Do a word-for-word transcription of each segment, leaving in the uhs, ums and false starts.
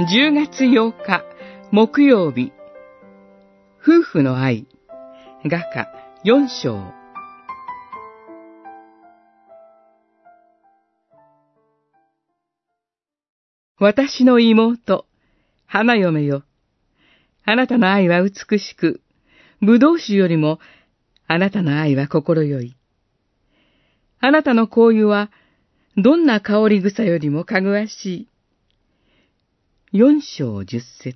じゅうがつようか木曜日、夫婦の愛、画家よん章。私の妹、花嫁よ。あなたの愛は美しく、葡萄酒よりもあなたの愛は心よい。あなたの香油はどんな香り草よりもかぐわしい。四章十節。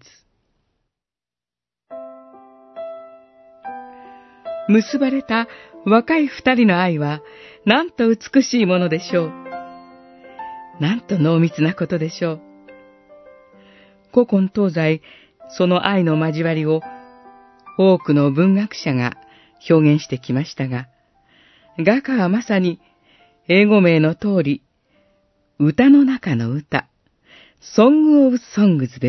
結ばれた若い二人の愛はなんと美しいものでしょう。なんと濃密なことでしょう。古今東西、その愛の交わりを多くの文学者が表現してきましたが、画家はまさに英語名の通り、歌の中の歌、ソング・オブ・ソングズです。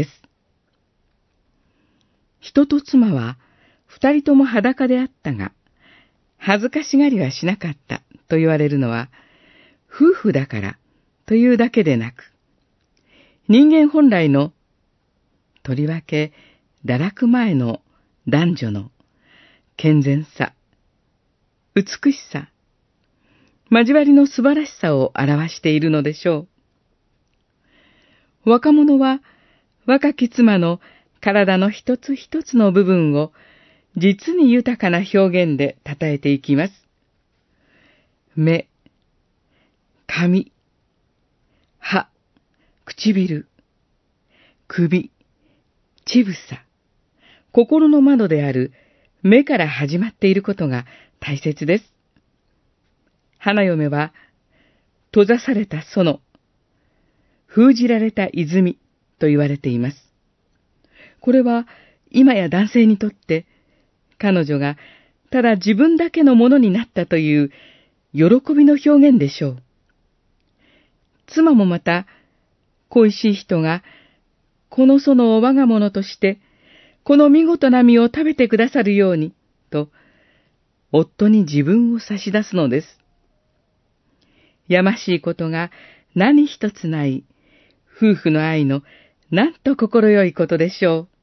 人と妻は二人とも裸であったが、恥ずかしがりはしなかったと言われるのは、夫婦だからというだけでなく、人間本来の、とりわけ堕落前の男女の健全さ、美しさ、交わりの素晴らしさを表しているのでしょう。若者は若き妻の体の一つ一つの部分を実に豊かな表現で称えていきます。目、髪、歯、唇、首、乳房、心の窓である目から始まっていることが大切です。花嫁は、閉ざされた園、封じられた泉と言われています。これは今や男性にとって、彼女がただ自分だけのものになったという喜びの表現でしょう。妻もまた、恋しい人が、この園を我が物として、この見事な実を食べてくださるように、と、夫に自分を差し出すのです。やましいことが何一つない夫婦の愛のなんと心よいことでしょう。